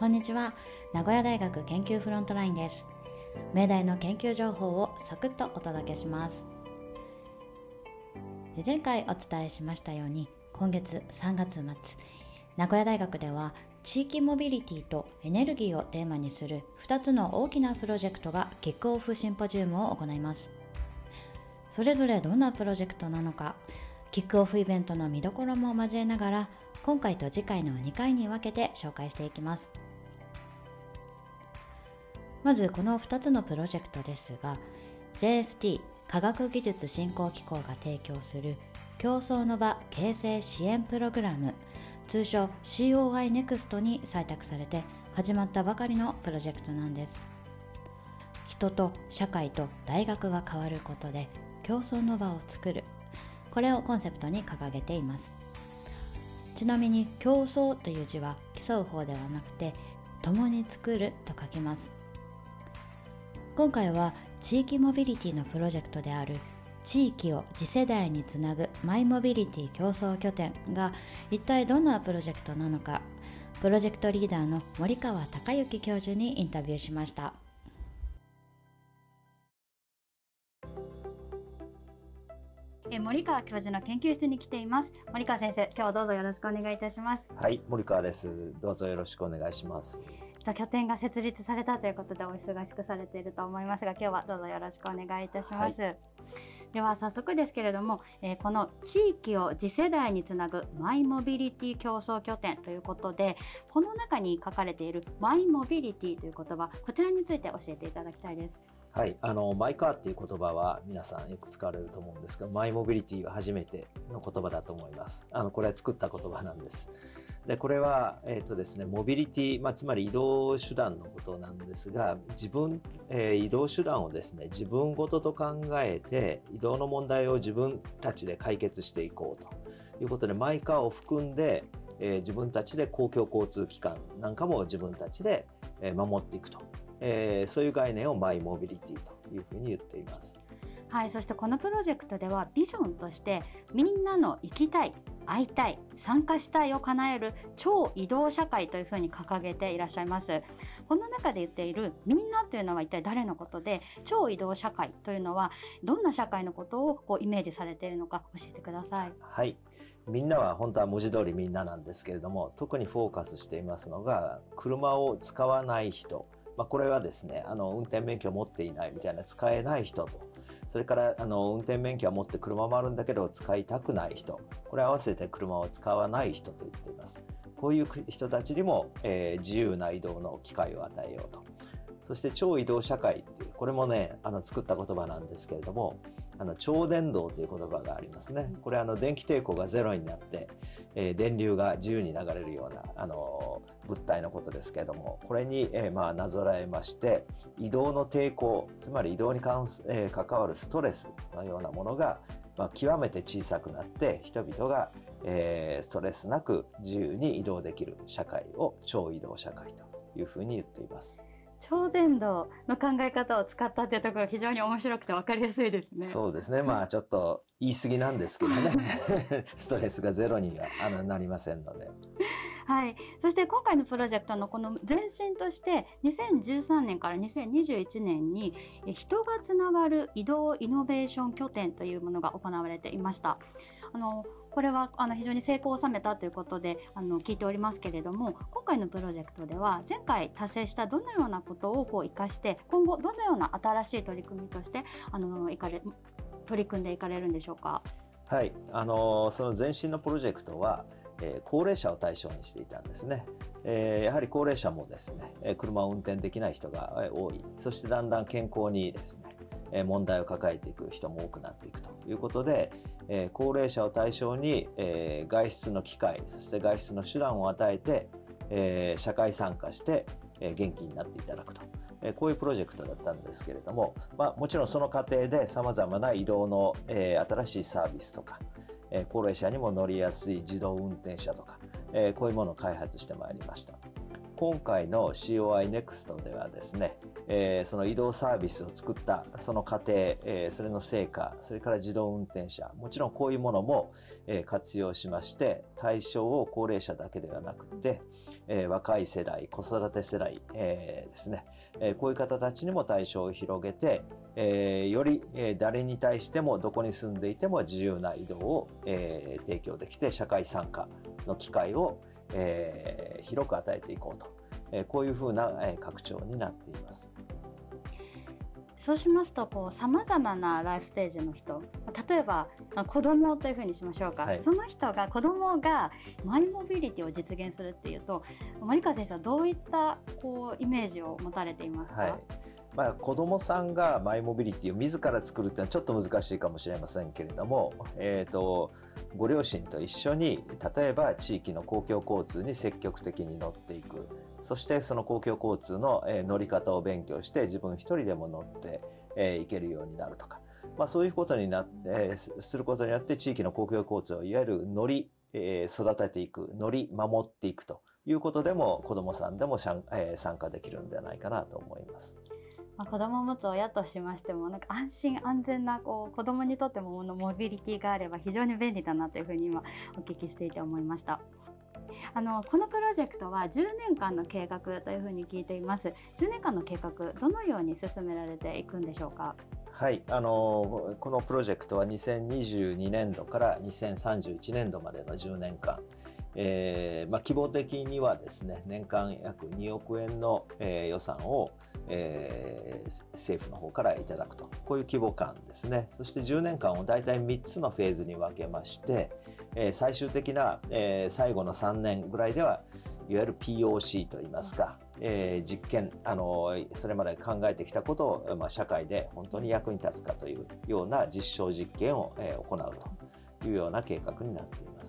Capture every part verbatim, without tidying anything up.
こんにちは。名古屋大学研究フロントラインです。明大の研究情報をサクッとお届けします。前回お伝えしましたように、今月さんがつまつ、名古屋大学では地域モビリティとエネルギーをテーマにするふたつの大きなプロジェクトがキックオフシンポジウムを行います。それぞれどんなプロジェクトなのか、キックオフイベントの見どころも交えながら、今回と次回のにかいに分けて紹介していきます。まずこのふたつのプロジェクトですが、 ジェイエスティー 科学技術振興機構が提供する競争の場形成支援プログラム、通称 シーオーアイ ネクストに採択されて始まったばかりのプロジェクトなんです。人と社会と大学が変わることで競争の場を作る、これをコンセプトに掲げています。ちなみに競争という字は競う方ではなくて、共に作ると書きます。今回は地域モビリティのプロジェクトである地域を次世代につなぐマイモビリティ競争拠点が一体どんなプロジェクトなのか、プロジェクトリーダーの森川貴之教授にインタビューしました。え森川教授の研究室に来ています。森川先生、今日はどうぞよろしくお願いいたします。 はい、森川です。どうぞよろしくお願いします。 拠点が設立されたということでお忙しくされていると思いますが、今日はどうぞよろしくお願いいたします。はい、では早速ですけれども、えー、この地域を次世代につなぐマイモビリティ競争拠点ということで、この中に書かれているマイモビリティという言葉、こちらについて教えていただきたいです。 はい、あのマイカーっていう言葉は皆さんよく使われると思うんですが、マイモビリティは初めての言葉だと思います。あのこれは作った言葉なんです。でこれは、えーとですね、モビリティ、まあ、つまり移動手段のことなんですが、自分、えー、移動手段をですね、自分ごとと考えて移動の問題を自分たちで解決していこうということで、マイカーを含んで、えー、自分たちで公共交通機関なんかも自分たちで守っていくと、えー、そういう概念をマイモビリティというふうに言っています。 はい、そしてこのプロジェクトではビジョンとしてみんなの生きたい、会いたい、参加したいを叶える超移動社会というふうに掲げていらっしゃいます。この中で言っているみんなというのは一体誰のことで、超移動社会というのはどんな社会のことをこうイメージされているのか教えてください。 はい、みんなは本当は文字通りみんななんですけれども、特にフォーカスしていますのが車を使わない人、まあ、これはですね、あの運転免許を持っていないみたいな使えない人と、それからあの運転免許は持って車もあるんだけど使いたくない人、これ合わせて車を使わない人と言っています。こういう人たちにも、えー、自由な移動の機会を与えようと。そして超移動社会っていう、これもね、あの作った言葉なんですけれども、あの超電導という言葉がありますね。これあの電気抵抗がゼロになって、えー、電流が自由に流れるようなあの物体のことですけれども、これに、えー、まあなぞらえまして、移動の抵抗、つまり移動に関す、えー、関わるストレスのようなものが、まあ、極めて小さくなって人々が、えー、ストレスなく自由に移動できる社会を超移動社会というふうに言っています。 超電導の考え方を使ったというところが非常に面白くて分かりやすいですね。 そうですね、まあちょっと言い過ぎなんですけどねストレスがゼロにはあのなりませんので。 はい、そして今回のプロジェクトのこの前身としてにせんじゅうさんねんからにせんにじゅういちねんに人がつながる移動イノベーション拠点というものが行われていました。あのこれはあの非常に成功を収めたということであの聞いておりますけれども、今回のプロジェクトでは前回達成したどのようなことをこう生かして、今後どのような新しい取り組みとしてあのいかれ取り組んでいかれるんでしょうか。 はい、あのその前身のプロジェクトは、えー、高齢者を対象にしていたんですね。えー、やはり高齢者もですね、車を運転できない人が多い。そしてだんだん健康にですね、問題を抱えていく人も多くなっていくということで、えー、高齢者を対象に、えー、外出の機会、そして外出の手段を与えて、えー、社会参加して、えー、元気になっていただくと、えー、こういうプロジェクトだったんですけれども、まあ、もちろんその過程でさまざまな移動の、えー、新しいサービスとか、えー、高齢者にも乗りやすい自動運転車とか、えー、こういうものを開発してまいりました。 今回の シーオーアイ ネクスト ではですね、えー、その移動サービスを作ったその過程、えー、それの成果、それから自動運転車、もちろんこういうものも、えー、活用しまして、対象を高齢者だけではなくて、えー、若い世代、子育て世代、えー、ですね、えー、こういう方たちにも対象を広げて、えー、より、えー、誰に対してもどこに住んでいても自由な移動を、えー、提供できて、社会参加の機会を、えー、広く与えていこうと、えー、こういうふうな、えー、拡張になっています。 そうしますと、こう様々なライフステージの人、例えば子供というふうにしましょうか、はい、その人が子供がマイモビリティを実現するっていうと、森川先生はどういったこうイメージを持たれていますか？はい、 まあ、子どもさんがマイモビリティを自ら作るっていうのはちょっと難しいかもしれませんけれども、えーと、ご両親と一緒に例えば地域の公共交通に積極的に乗っていく、そしてその公共交通の乗り方を勉強して自分一人でも乗っていけるようになるとか、まあ、そういうことになってすることによって地域の公共交通をいわゆる乗り育てていく、乗り守っていくということでも子どもさんでも参加できるんではないかなと思います。 まあ、子供を持つ親としましても、なんか安心安全なこう子供にとってもモビリティがあれば非常に便利だなというふうに今お聞きしていて思いました。あのこのプロジェクトはじゅうねんかんの計画というふうに聞いています。じゅうねんかんの計画、どのように進められていくんでしょうか？ はい、あのこのプロジェクトはにせんにじゅうにねんどからにせんさんじゅういちねんどまでのじゅうねんかん、えーまあ、希望的にはですね、年間約におくえんの、えー、予算を、えー、政府の方からいただくと、こういう規模感ですね。そしてじゅうねんかんをだいたいみっつのフェーズに分けまして、えー、最終的な、えー、最後のさんねんぐらいではいわゆる ピーオーシー といいますか、えー、実験、あのそれまで考えてきたことを、まあ、社会で本当に役に立つかというような実証実験を、えー、行うというような計画になっています。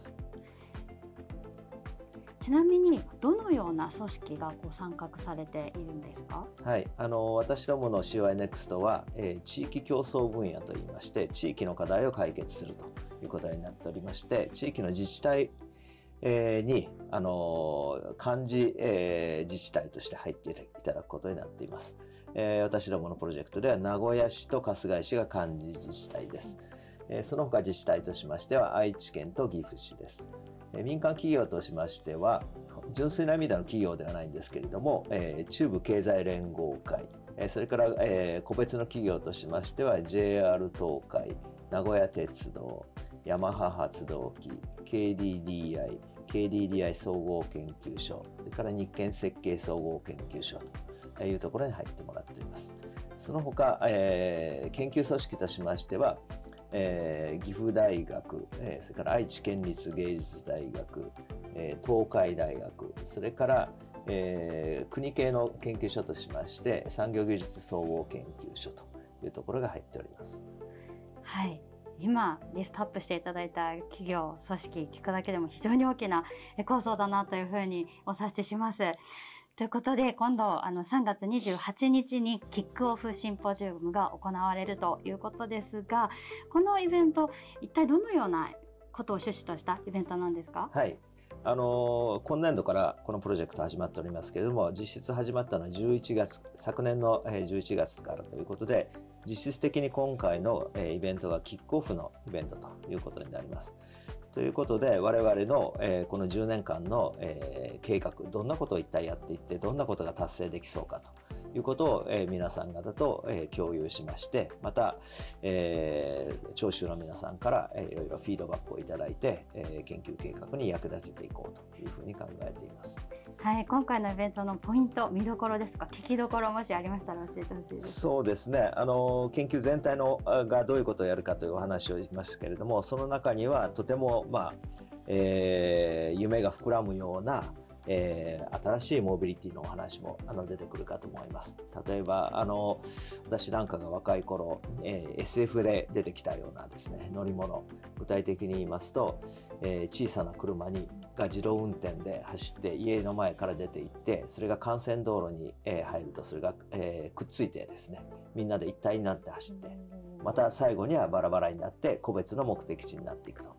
ちなみにどのような組織がこう参画されているんですか？ はい、あの私どもの シーオーアイ ネクスト は、えー、地域競争分野といいまして、地域の課題を解決するということになっておりまして、地域の自治体にあの幹事、えー、自治体として入っていただくことになっています。えー、私どものプロジェクトでは名古屋市と春日井市が幹事自治体です。えー、その他自治体としましては愛知県と岐阜市です。えー、民間企業としましては純粋な意味での企業ではないんですけれども、えー、中部経済連合会、えー、それから、えー、個別の企業としましては ジェイアール 東海、名古屋鉄道、ヤマハ発動機、ケーディーディーアイ、ケーディーディーアイ 総合研究所、それから日建設計総合研究所というところに入ってもらっています。その他、えー、研究組織としましては、えー、岐阜大学、えー、それから愛知県立芸術大学、えー、東海大学、それから、えー、国系の研究所としまして産業技術総合研究所というところが入っております。 はい、今リストアップしていただいた企業組織聞くだけでも非常に大きな構想だなというふうにお察しします。ということで今度あのさんがつにじゅうはちにちにキックオフシンポジウムが行われるということですが、このイベント一体どのようなことを趣旨としたイベントなんですか？ はい、あの今年度からこのプロジェクト始まっておりますけれども、実質始まったのはじゅういちがつ、昨年のじゅういちがつからということで、実質的に今回のイベントがキックオフのイベントということになります。ということで我々の、えー、このじゅうねんかんの、えー、計画、どんなことを一体やっていってどんなことが達成できそうかということを、えー、皆さん方と、えー、共有しまして、また、えー、聴衆の皆さんから、えー、いろいろフィードバックをいただいて、えー、研究計画に役立てていこうというふうに考えています。 はい、今回のイベントのポイント、見どころですか、聞きどころもしありましたら教えてほしいです。 そうですね、あの研究全体のがどういうことをやるかというお話をしましたけれども、その中にはとても、まあえー、夢が膨らむような、えー、新しいモビリティのお話もあの出てくるかと思います。例えばあの私なんかが若い頃、えー、エスエフ で出てきたようなですね乗り物、具体的に言いますと、えー、小さな車にが自動運転で走って家の前から出て行って、それが幹線道路に、えー、入るとそれが、えー、くっついてですね、みんなで一体になって走って、また最後にはバラバラになって個別の目的地になっていくと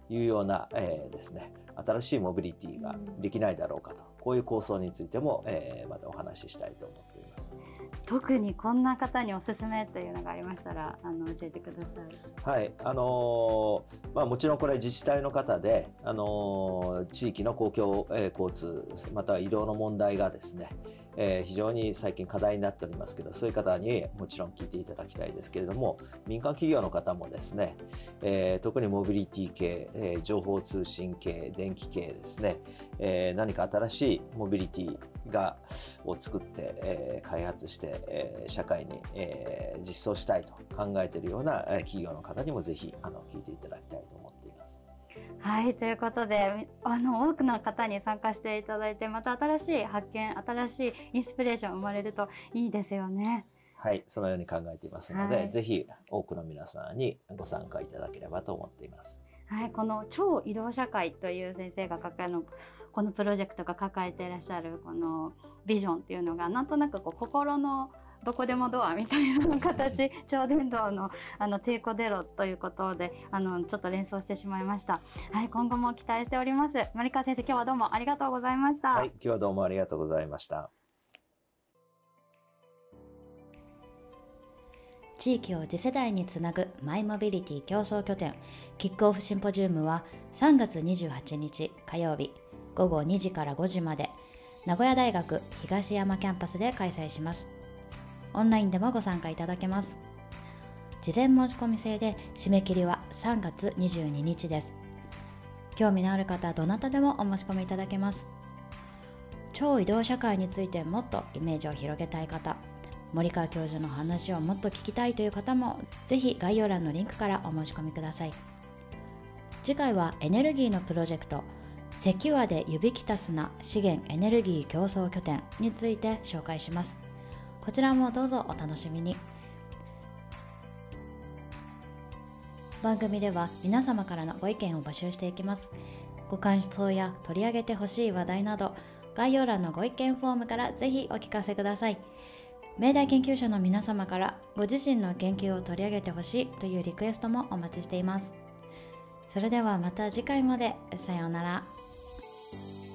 いうような、えー、ですね、新しいモビリティができないだろうかと、こういう構想についても、えー、またお話ししたいと思っています。 特にこんな方におすすめというのがありましたら、あの教えてください。 はい、あのーまあ、もちろんこれは自治体の方で、あのー地域の公共、えー、交通または移動の問題がですね、えー、非常に最近課題になっておりますけど、そういう方にもちろん聞いていただきたいですけれども、民間企業の方もですね、えー、特にモビリティ系、えー、情報通信系、電気系ですね、えー、何か新しいモビリティがを作って、えー、開発して、えー、社会に、えー、実装したいと考えているような、えー、企業の方にもぜひあの聞いていただきたいと思っています。 はい、ということで、あの多くの方に参加していただいて、また新しい発見、新しいインスピレーション生まれるといいですよね。 はい、そのように考えていますので、 はい、 ぜひ多くの皆様にご参加いただければと思っています。 はい、この超移動社会という先生が抱えのこのプロジェクトが抱えていらっしゃるこのビジョンっていうのが、なんとなくこう心のどこでもドアみたいな形、超電導のあの抵抗出ろということで、あのちょっと連想してしまいました。はい、今後も期待しております。森川先生、今日はどうもありがとうございました。 はい、今日はどうもありがとうございました。 地域を次世代につなぐマイモビリティ競争拠点キックオフシンポジウムはさんがつにじゅうはちにち火曜日ごごにじからごじまで名古屋大学東山キャンパスで開催します。オンラインでもご参加いただけます。事前申し込み制で締め切りはさんがつにじゅうににちです。興味のある方どなたでもお申し込みいただけます。超移動社会についてもっとイメージを広げたい方、森川教授の話をもっと聞きたいという方もぜひ概要欄のリンクからお申し込みください。次回はエネルギーのプロジェクトセキュアでユビキタスな資源エネルギー競争拠点について紹介します。こちらもどうぞお楽しみに。番組では皆様からのご意見を募集していきます。ご感想や取り上げてほしい話題など概要欄のご意見フォームからぜひお聞かせください。明大研究者の皆様からご自身の研究を取り上げてほしいというリクエストもお待ちしています。それではまた次回まで。さようなら。